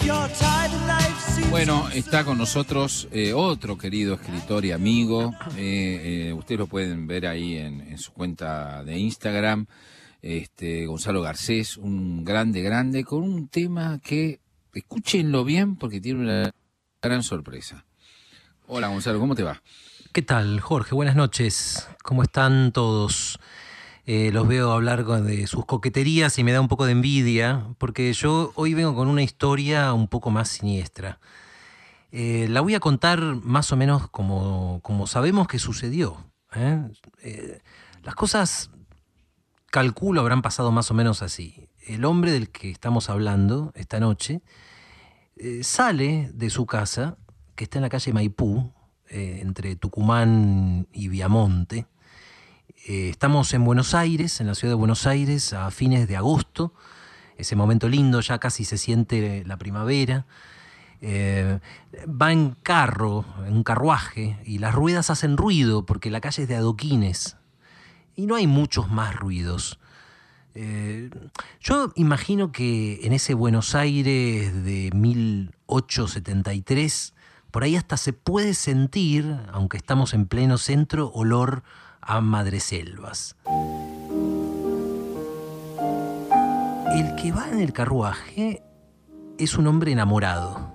Bueno, está con nosotros otro querido escritor y amigo. Ustedes lo pueden ver ahí en su cuenta de Instagram. Gonzalo Garcés, un grande, con un tema que escúchenlo bien porque tiene una gran sorpresa. Hola Gonzalo, ¿cómo te va? ¿Qué tal, Jorge? Buenas noches. ¿Cómo están todos? Los veo hablar de sus coqueterías y me da un poco de envidia, porque yo hoy vengo con una historia un poco más siniestra. La voy a contar más o menos como sabemos que sucedió. Las cosas, calculo, habrán pasado más o menos así. El hombre del que estamos hablando esta noche sale de su casa, que está en la calle Maipú, entre Tucumán y Viamonte. Estamos en Buenos Aires, en la ciudad de Buenos Aires, a fines de agosto. Ese momento lindo, ya casi se siente la primavera. Va en carro, en un carruaje, y las ruedas hacen ruido porque la calle es de adoquines. Y no hay muchos más ruidos. Yo imagino que en ese Buenos Aires de 1873, por ahí hasta se puede sentir, aunque estamos en pleno centro, olor a madreselvas. El que va en el carruaje es un hombre enamorado.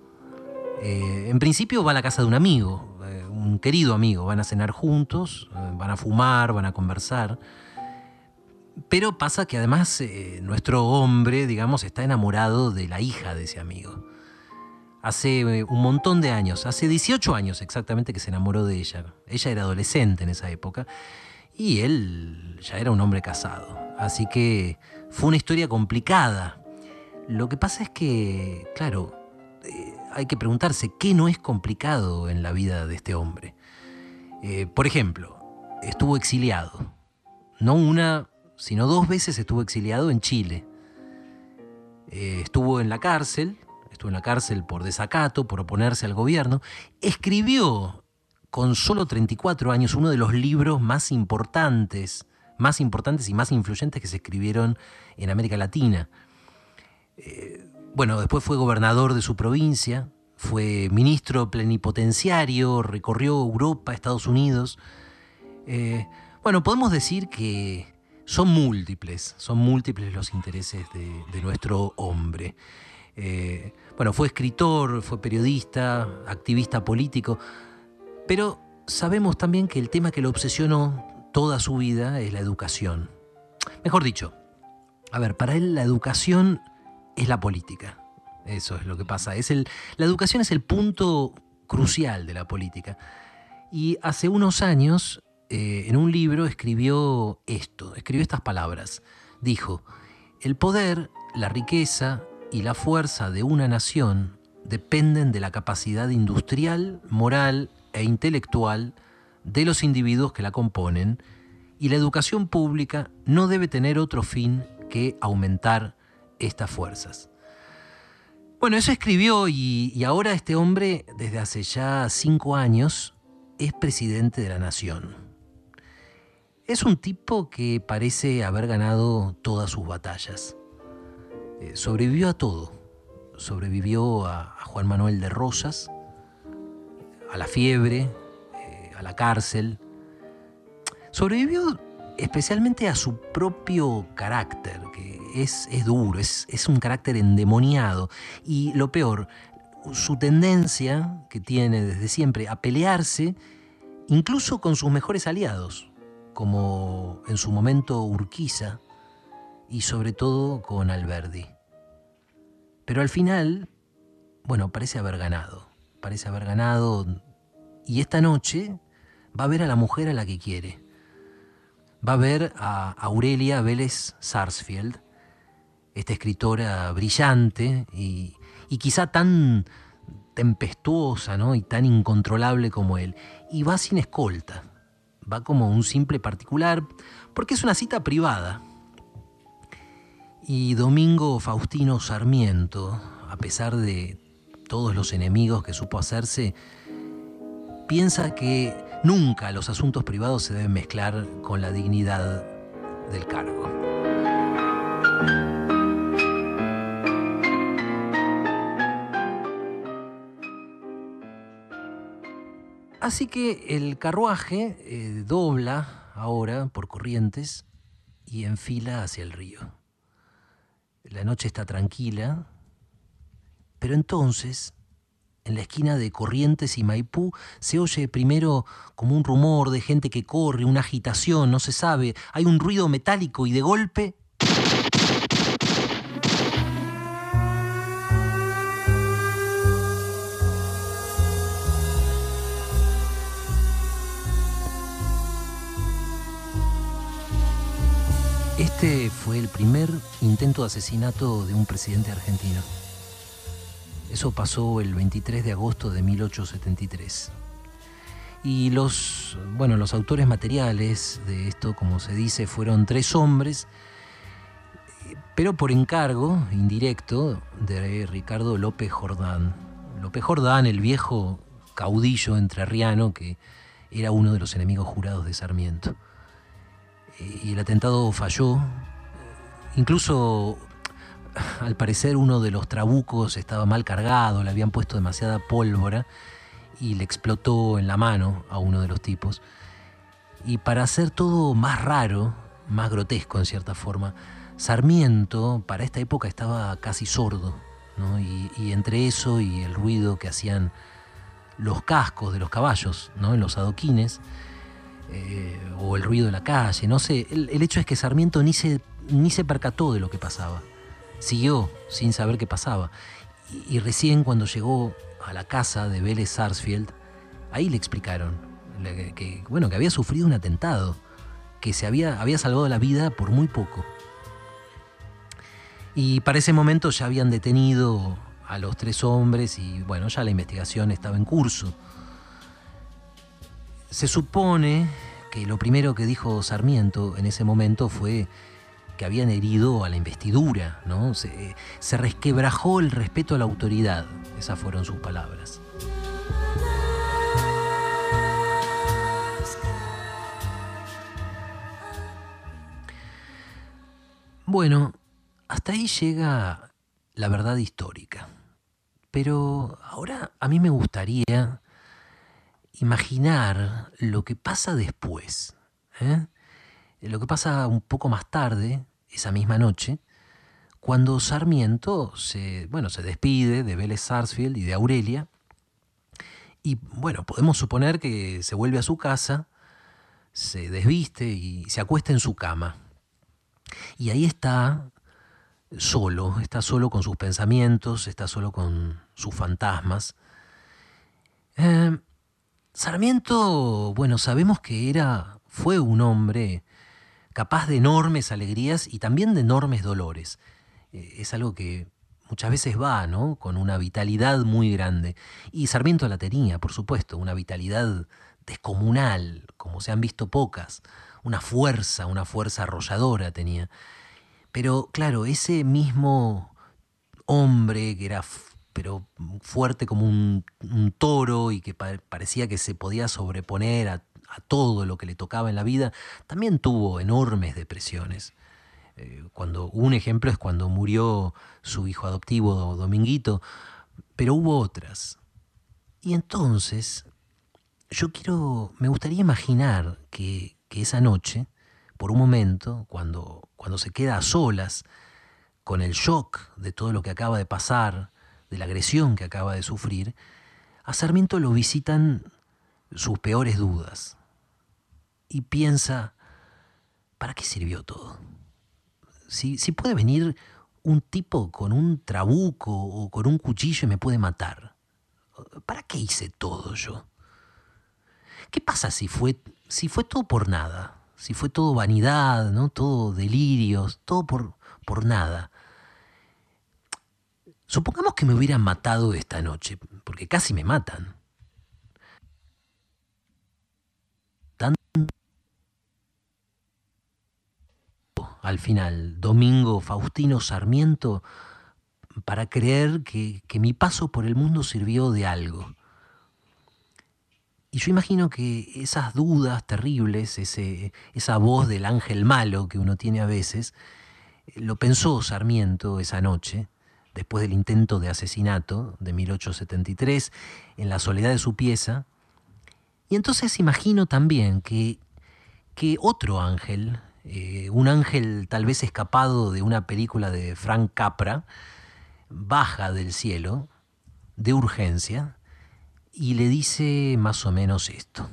En principio va a la casa de un amigo, un querido amigo. Van a cenar juntos, van a fumar, van a conversar. Pero pasa que además nuestro hombre, digamos, está enamorado de la hija de ese amigo. Hace un montón de años, hace 18 años exactamente que se enamoró de ella. Ella era adolescente en esa época y él ya era un hombre casado. Así que fue una historia complicada. Lo que pasa es que, claro, hay que preguntarse qué no es complicado en la vida de este hombre. Por ejemplo, estuvo exiliado. No una, sino 2 veces estuvo exiliado en Chile. Estuvo en la cárcel por desacato, por oponerse al gobierno. Escribió con solo 34 años uno de los libros más importantes y más influyentes que se escribieron en América Latina. Después fue gobernador de su provincia, fue ministro plenipotenciario, recorrió Europa, Estados Unidos. Podemos decir que son múltiples los intereses de nuestro hombre. Fue escritor, fue periodista, activista político, pero sabemos también que el tema que lo obsesionó toda su vida es la educación. Mejor dicho, para él la educación es la política. Eso es lo que pasa. La educación es el punto crucial de la política. Y hace unos años, en un libro, escribió estas palabras. Dijo: el poder, la riqueza y la fuerza de una nación dependen de la capacidad industrial, moral e intelectual de los individuos que la componen, y la educación pública no debe tener otro fin que aumentar estas fuerzas. Eso escribió y ahora este hombre, desde hace ya 5 años, es presidente de la nación. Es un tipo que parece haber ganado todas sus batallas. Sobrevivió a todo. Sobrevivió a Juan Manuel de Rosas, a la fiebre, a la cárcel. Sobrevivió especialmente a su propio carácter, que es duro, es un carácter endemoniado. Y lo peor, su tendencia que tiene desde siempre a pelearse, incluso con sus mejores aliados, como en su momento Urquiza y sobre todo con Alberdi. Pero al final, parece haber ganado. Y esta noche va a ver a la mujer a la que quiere. Va a ver a Aurelia Vélez Sarsfield, esta escritora brillante y quizá tan tempestuosa, ¿no?, y tan incontrolable como él. Y va sin escolta, va como un simple particular, porque es una cita privada. Y Domingo Faustino Sarmiento, a pesar de todos los enemigos que supo hacerse, piensa que nunca los asuntos privados se deben mezclar con la dignidad del cargo. Así que el carruaje dobla ahora por Corrientes y enfila hacia el río. La noche está tranquila, pero entonces, en la esquina de Corrientes y Maipú, se oye primero como un rumor de gente que corre, una agitación, no se sabe. Hay un ruido metálico y de golpe... Este fue el primer intento de asesinato de un presidente argentino. Eso pasó el 23 de agosto de 1873. Y los autores materiales de esto, como se dice, fueron 3 hombres, pero por encargo indirecto de Ricardo López Jordán. López Jordán, el viejo caudillo entrerriano que era uno de los enemigos jurados de Sarmiento. Y el atentado falló. Incluso, al parecer, uno de los trabucos estaba mal cargado, le habían puesto demasiada pólvora y le explotó en la mano a uno de los tipos. Y para hacer todo más raro, más grotesco en cierta forma, Sarmiento para esta época estaba casi sordo, ¿no? Y entre eso y el ruido que hacían los cascos de los caballos, ¿no?, en los adoquines, o el ruido de la calle, no sé. El hecho es que Sarmiento ni se percató de lo que pasaba. Siguió sin saber qué pasaba. Y recién cuando llegó a la casa de Vélez Sarsfield, ahí le explicaron que había sufrido un atentado, que se había salvado la vida por muy poco. Y para ese momento ya habían detenido a los 3 hombres y ya la investigación estaba en curso. Se supone que lo primero que dijo Sarmiento en ese momento fue que habían herido a la investidura, ¿no? Se resquebrajó el respeto a la autoridad. Esas fueron sus palabras. Bueno, hasta ahí llega la verdad histórica. Pero ahora a mí me gustaría imaginar lo que pasa después, lo que pasa un poco más tarde, esa misma noche, cuando Sarmiento se despide de Vélez Sarsfield y de Aurelia, y podemos suponer que se vuelve a su casa, se desviste y se acuesta en su cama. Y ahí está solo con sus pensamientos, está solo con sus fantasmas. Sarmiento, sabemos que fue un hombre capaz de enormes alegrías y también de enormes dolores. Es algo que muchas veces va, ¿no?, con una vitalidad muy grande. Y Sarmiento la tenía, por supuesto, una vitalidad descomunal, como se han visto pocas. Una fuerza arrolladora tenía. Pero claro, ese mismo hombre que era fuerte como un toro y que parecía que se podía sobreponer a todo lo que le tocaba en la vida, también tuvo enormes depresiones. Un ejemplo es cuando murió su hijo adoptivo Dominguito, pero hubo otras. Y entonces me gustaría imaginar que esa noche, por un momento, cuando se queda a solas con el shock de todo lo que acaba de pasar, de la agresión que acaba de sufrir, a Sarmiento lo visitan sus peores dudas. Y piensa, ¿para qué sirvió todo? Si puede venir un tipo con un trabuco o con un cuchillo y me puede matar, ¿para qué hice todo yo? ¿Qué pasa si fue todo por nada? Si fue todo vanidad, ¿no?, todo delirios, todo por nada. Supongamos que me hubieran matado esta noche, porque casi me matan. Al final, Domingo Faustino Sarmiento, para creer que mi paso por el mundo sirvió de algo. Y yo imagino que esas dudas terribles, esa voz del ángel malo que uno tiene a veces, lo pensó Sarmiento esa noche, después del intento de asesinato de 1873, en la soledad de su pieza, Y entonces imagino también que otro ángel, un ángel tal vez escapado de una película de Frank Capra, baja del cielo de urgencia y le dice más o menos esto.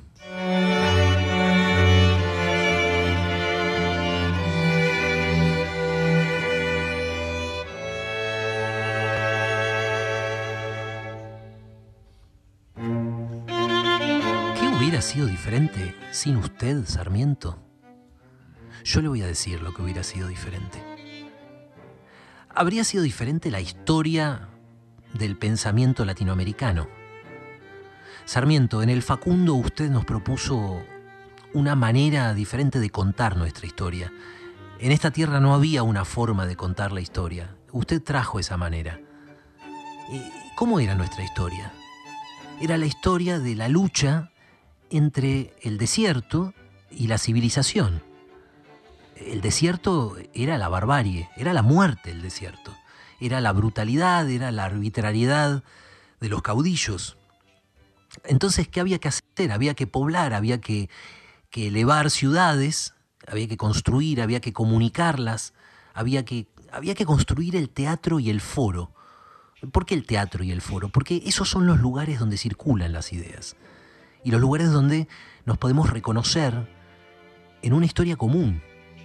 ¿Qué hubiera sido diferente sin usted, Sarmiento? Yo le voy a decir lo que hubiera sido diferente. Habría sido diferente la historia del pensamiento latinoamericano. Sarmiento, en el Facundo usted nos propuso una manera diferente de contar nuestra historia. En esta tierra no había una forma de contar la historia. Usted trajo esa manera. ¿Cómo era nuestra historia? Era la historia de la lucha entre el desierto y la civilización. El desierto era la barbarie, era la muerte el desierto. Era la brutalidad, era la arbitrariedad de los caudillos. Entonces, ¿qué había que hacer? Había que poblar, había que elevar ciudades, había que construir, había que comunicarlas, había que construir el teatro y el foro. ¿Por qué el teatro y el foro? Porque esos son los lugares donde circulan las ideas y los lugares donde nos podemos reconocer en una historia común.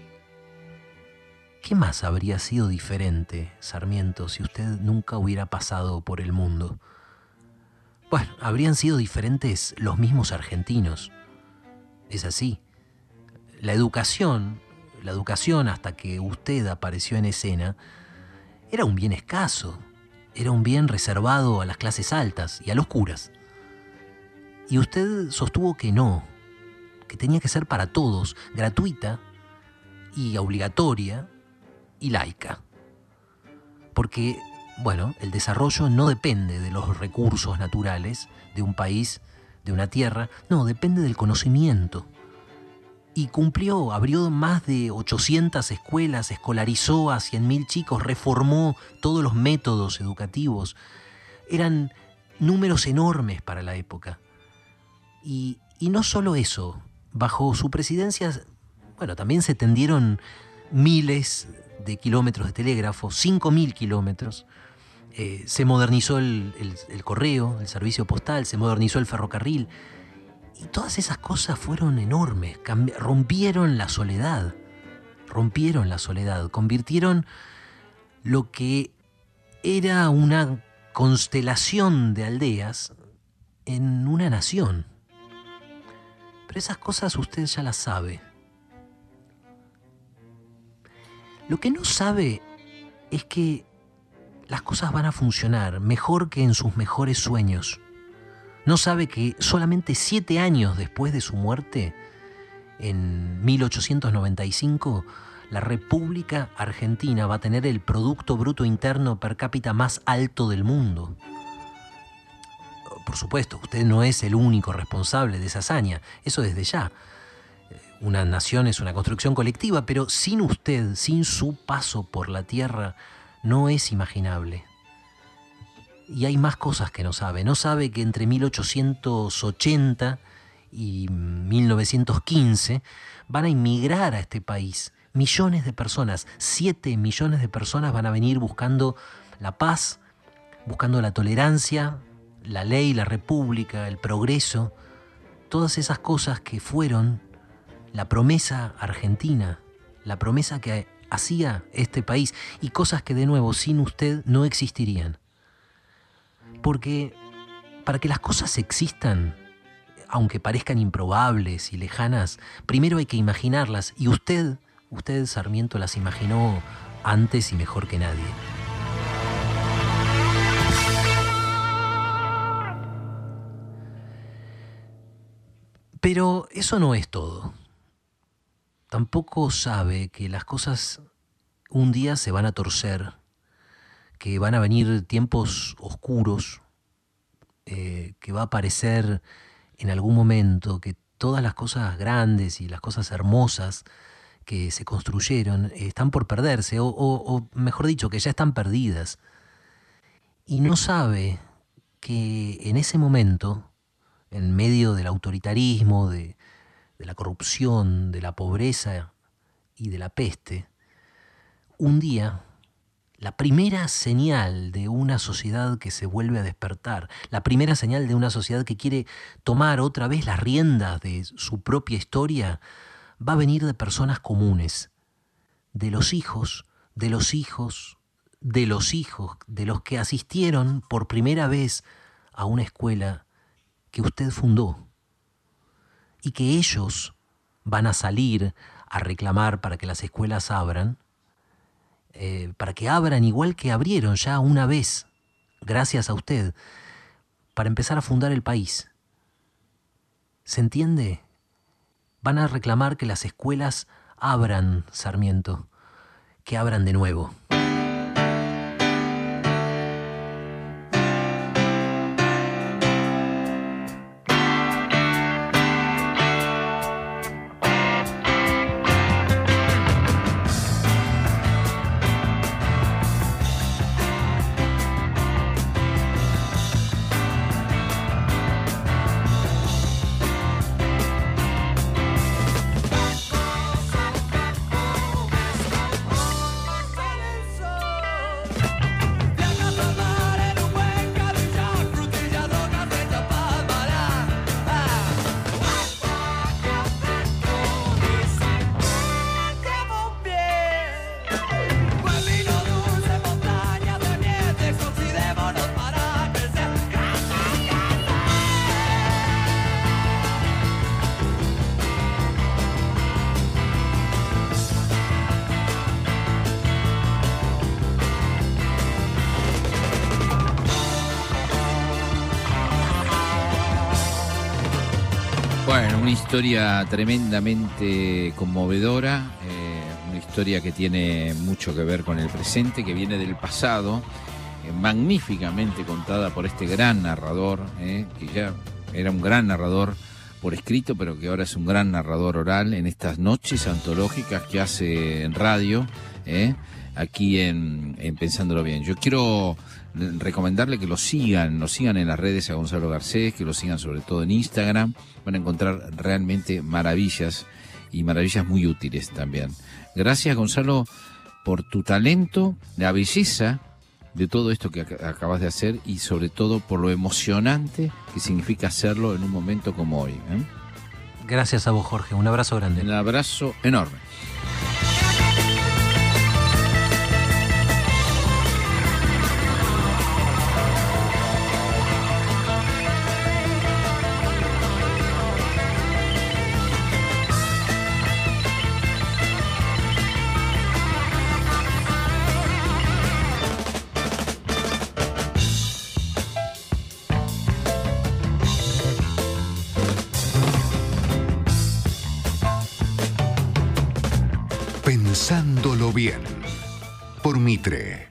¿Qué más habría sido diferente, Sarmiento, si usted nunca hubiera pasado por el mundo? Bueno, habrían sido diferentes los mismos argentinos. Es así. La educación hasta que usted apareció en escena, era un bien escaso, era un bien reservado a las clases altas y a los curas. Y usted sostuvo que no, que tenía que ser para todos, gratuita y obligatoria y laica. Porque, bueno, el desarrollo no depende de los recursos naturales de un país, de una tierra, no, depende del conocimiento. Y cumplió, abrió más de 800 escuelas, escolarizó a 100.000 chicos, reformó todos los métodos educativos. Eran números enormes para la época. Y no solo eso, bajo su presidencia, bueno, también se tendieron miles de kilómetros de telégrafo, 5.000 kilómetros. Se modernizó el correo, el servicio postal, se modernizó el ferrocarril. Y todas esas cosas fueron enormes, rompieron la soledad, convirtieron lo que era una constelación de aldeas en una nación. Pero esas cosas usted ya las sabe. Lo que no sabe es que las cosas van a funcionar mejor que en sus mejores sueños. No sabe que solamente 7 años después de su muerte, en 1895, la República Argentina va a tener el Producto Bruto Interno per cápita más alto del mundo. Por supuesto, usted no es el único responsable de esa hazaña, eso desde ya. Una nación es una construcción colectiva, pero sin usted, sin su paso por la tierra, no es imaginable. Y hay más cosas que no sabe. No sabe que entre 1880 y 1915 van a inmigrar a este país millones de personas. 7 millones de personas van a venir buscando la paz, buscando la tolerancia, la ley, la república, el progreso. Todas esas cosas que fueron la promesa argentina, la promesa que hacía este país, y cosas que de nuevo sin usted no existirían. Porque para que las cosas existan, aunque parezcan improbables y lejanas, primero hay que imaginarlas, y usted, Sarmiento, las imaginó antes y mejor que nadie. Pero eso no es todo. Tampoco sabe que las cosas un día se van a torcer, que van a venir tiempos oscuros, que va a aparecer en algún momento que todas las cosas grandes y las cosas hermosas que se construyeron están por perderse, o mejor dicho, que ya están perdidas. Y no sabe que en ese momento en medio del autoritarismo, de la corrupción, de la pobreza y de la peste, un día, la primera señal de una sociedad que se vuelve a despertar, la primera señal de una sociedad que quiere tomar otra vez las riendas de su propia historia, va a venir de personas comunes, de los hijos, de los hijos, de los hijos, de los que asistieron por primera vez a una escuela que usted fundó, y que ellos van a salir a reclamar para que las escuelas abran, para que abran igual que abrieron ya una vez, gracias a usted, para empezar a fundar el país. ¿Se entiende? Van a reclamar que las escuelas abran, Sarmiento, que abran de nuevo. Bueno, una historia tremendamente conmovedora, una historia que tiene mucho que ver con el presente, que viene del pasado, magníficamente contada por este gran narrador, que ya era un gran narrador por escrito, pero que ahora es un gran narrador oral en estas noches antológicas que hace en radio, aquí en Pensándolo Bien. Yo quiero recomendarle que lo sigan en las redes a Gonzalo Garcés, que lo sigan sobre todo en Instagram. Van a encontrar realmente maravillas y maravillas muy útiles también. Gracias, Gonzalo, por tu talento, la belleza de todo esto que acabas de hacer y sobre todo por lo emocionante que significa hacerlo en un momento como hoy. Gracias a vos, Jorge. Un abrazo grande. Un abrazo enorme. Pensándolo Bien, por Mitre.